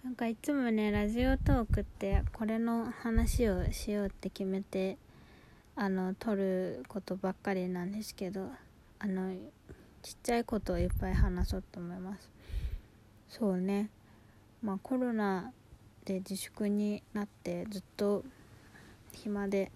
なんかいつもねラジオトークってこれの話をしようって決めて撮ることばっかりなんですけど、ちっちゃいことをいっぱい話そうと思います。そうね、コロナで自粛になってずっと暇で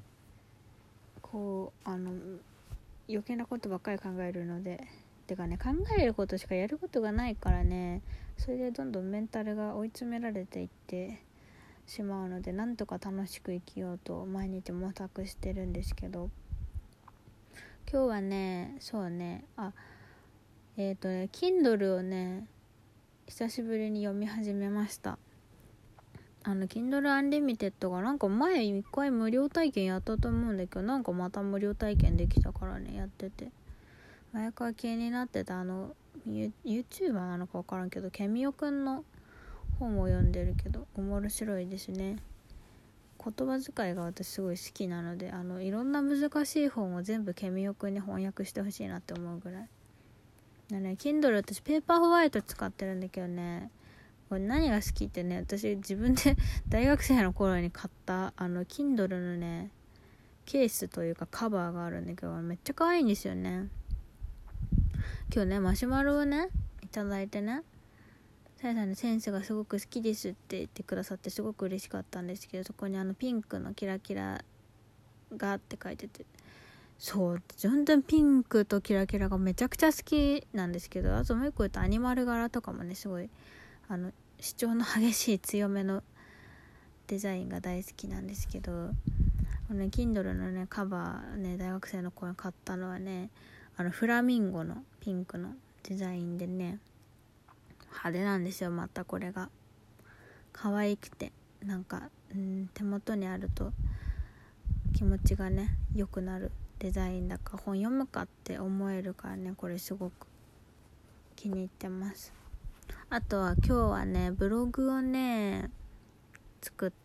余計なことばっかり考えるので、てかね、考えることしかやることがないからね、それでどんどんメンタルが追い詰められていってしまうので、なんとか楽しく生きようと毎日模索してるんですけど、今日はね、Kindle をね久しぶりに読み始めました。Kindle Unlimited がなんか前一回無料体験やったと思うんだけど、なんかまた無料体験できたからね、やってて、前から気になってたYouTuber なのか分からんけど、ケミオくんの本を読んでるけど面白いですね。言葉遣いが私すごい好きなので、いろんな難しい本を全部ケミオくんに翻訳してほしいなって思うぐらいだね。 Kindle 私ペーパーホワイト使ってるんだけどね、これ何が好きってね、私自分で大学生の頃に買ったKindle のねケースというかカバーがあるんだけど、めっちゃ可愛いんですよね。今日ねマシュマロをねいただいてね、さやさんのセンスがすごく好きですって言ってくださってすごく嬉しかったんですけど、そこにピンクのキラキラがって書いてて、そう全然ピンクとキラキラがめちゃくちゃ好きなんですけど、あともう一個言うとアニマル柄とかもねすごい主張の激しい強めのデザインが大好きなんですけど、Kindle のねカバーね、大学生の頃に買ったのはね、フラミンゴのピンクのデザインでね、派手なんですよ。またこれが可愛くて、なんか手元にあると気持ちがね良くなるデザインだから、本読むかって思えるからね、これすごく気に入ってます。あとは今日はねブログをね作った。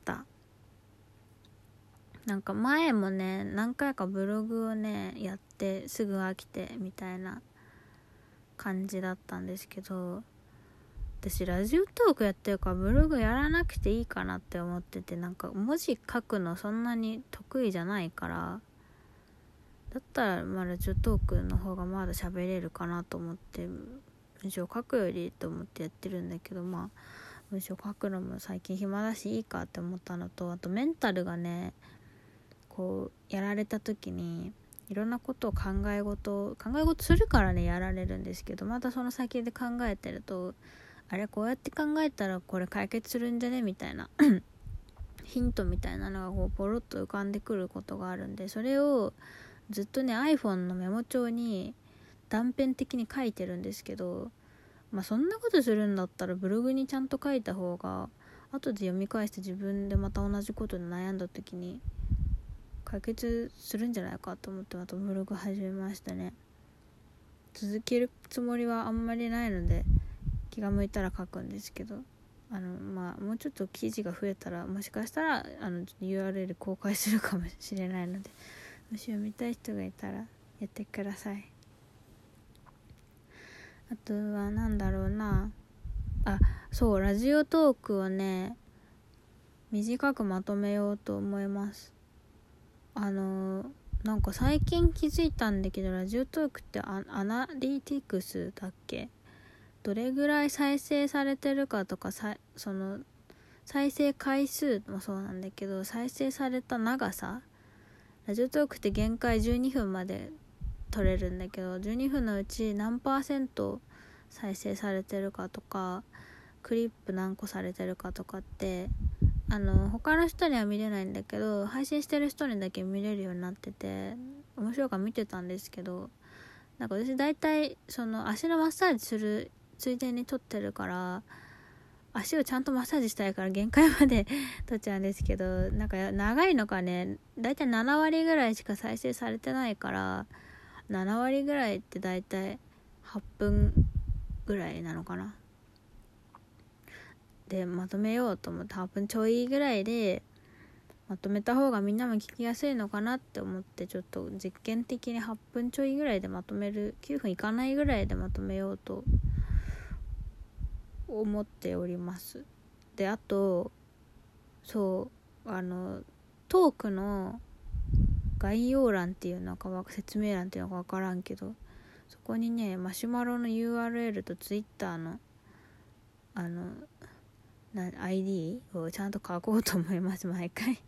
なんか前もね何回かブログをねやってすぐ飽きてみたいな感じだったんですけど、私ラジオトークやってるからブログやらなくていいかなって思ってて、なんか文字書くのそんなに得意じゃないから、だったらラジオトークの方がまだ喋れるかなと思って文章書くよりと思ってやってるんだけど、文章書くのも最近暇だしいいかって思ったのと、あとメンタルがねやられた時にいろんなことを考え事するからねやられるんですけど、またその先で考えてると、あれこうやって考えたらこれ解決するんじゃねみたいなヒントみたいなのがポロッと浮かんでくることがあるんで、それをずっとね iPhone のメモ帳に断片的に書いてるんですけど、そんなことするんだったらブログにちゃんと書いた方が後で読み返して自分でまた同じことで悩んだ時に解決するんじゃないかと思ってまたブログ始めましたね。続けるつもりはあんまりないので気が向いたら書くんですけど、もうちょっと記事が増えたらもしかしたらURL 公開するかもしれないので、もし読みたい人がいたらやってください。あとはなんだろうな、ラジオトークをね短くまとめようと思います。なんか最近気づいたんだけど、ラジオトークってアナリティクスだっけ、どれぐらい再生されてるかとか、その再生回数もそうなんだけど、再生された長さ、ラジオトークって限界12分まで取れるんだけど、12分のうち何%再生されてるかとか、クリップ何個されてるかとかって他の人には見れないんだけど、配信してる人にだけ見れるようになってて面白いから見てたんですけど、なんか私大体足のマッサージするついでに撮ってるから、足をちゃんとマッサージしたいから限界まで撮っちゃうんですけど、なんか長いのかね、大体7割ぐらいしか再生されてないから、7割ぐらいって大体8分ぐらいなのかな。でまとめようと思って8分ちょいぐらいでまとめた方がみんなも聞きやすいのかなって思って、ちょっと実験的に8分ちょいぐらいでまとめる、9分いかないぐらいでまとめようと思っております。 であとトークの概要欄っていうのか説明欄っていうのか分からんけど、そこにねマシュマロの URL と Twitter のID をちゃんと書こうと思います。毎回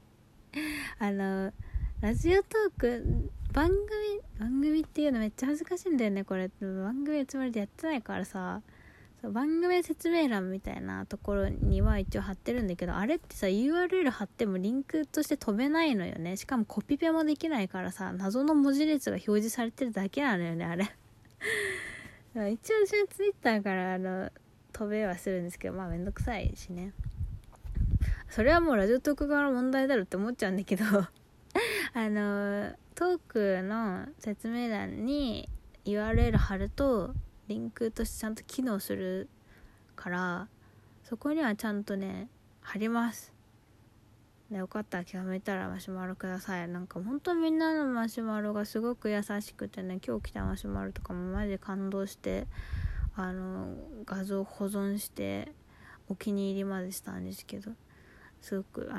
ラジオトーク番組っていうのめっちゃ恥ずかしいんだよね。これ番組のつもりでやってないからさ、番組説明欄みたいなところには一応貼ってるんだけど、あれってさ URL 貼ってもリンクとして飛べないのよね。しかもコピペもできないからさ、謎の文字列が表示されてるだけなのよね、あれ一応私は Twitter から飛べはするんですけど、まあめんどくさいしね。それはもうラジオトーク側の問題だろって思っちゃうんだけどトークの説明欄に URL 貼るとリンクとしてちゃんと機能するから、そこにはちゃんとね貼りますで、よかったら気が向いたらマシュマロください。なんか本当みんなのマシュマロがすごく優しくてね、今日来たマシュマロとかもマジで感動して、画像保存してお気に入りまでしたんですけど、すごく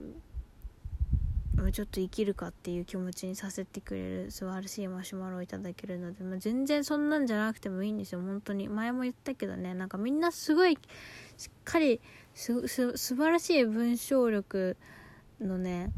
ちょっと生きるかっていう気持ちにさせてくれる素晴らしいマシュマロをいただけるので、全然そんなんじゃなくてもいいんですよ。本当に前も言ったけどね、なんかみんなすごいしっかり素晴らしい文章力のね、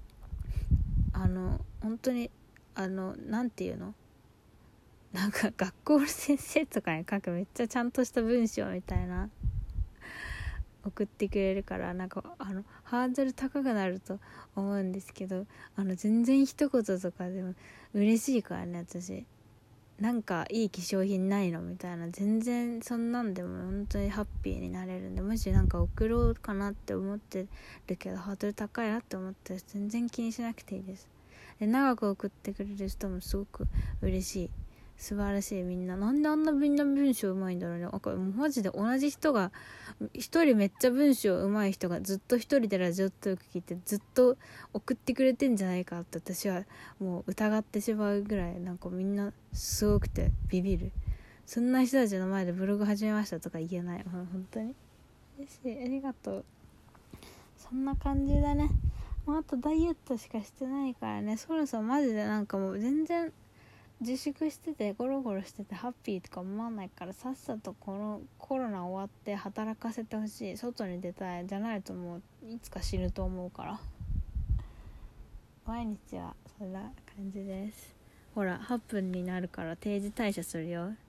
本当になんていうの、なんか学校の先生とかに書くめっちゃちゃんとした文章みたいな送ってくれるから、なんかハードル高くなると思うんですけど、全然一言とかでも嬉しいからね。私なんかいい化粧品ないのみたいな、全然そんなんでも本当にハッピーになれるんで、もしなんか送ろうかなって思ってるけどハードル高いなって思ったら全然気にしなくていいです。で長く送ってくれる人もすごく嬉しい、素晴らしい。みんななんであんなみんな文章うまいんだろうね。もうマジで同じ人が一人めっちゃ文章うまい人がずっと一人でラジオトーク聞いてずっと送ってくれてんじゃないかって私はもう疑ってしまうぐらい、なんかみんなすごくてビビる。そんな人たちの前でブログ始めましたとか言えない。もう本当に嬉しい、ありがとう。そんな感じだね。もうあとダイエットしかしてないからね、そろそろマジでなんかもう全然自粛しててゴロゴロしててハッピーとか思わないから、さっさとこのコロナ終わって働かせてほしい。外に出たい。じゃないともういつか死ぬと思うから。毎日はそんな感じです。ほら8分になるから定時退社するよ。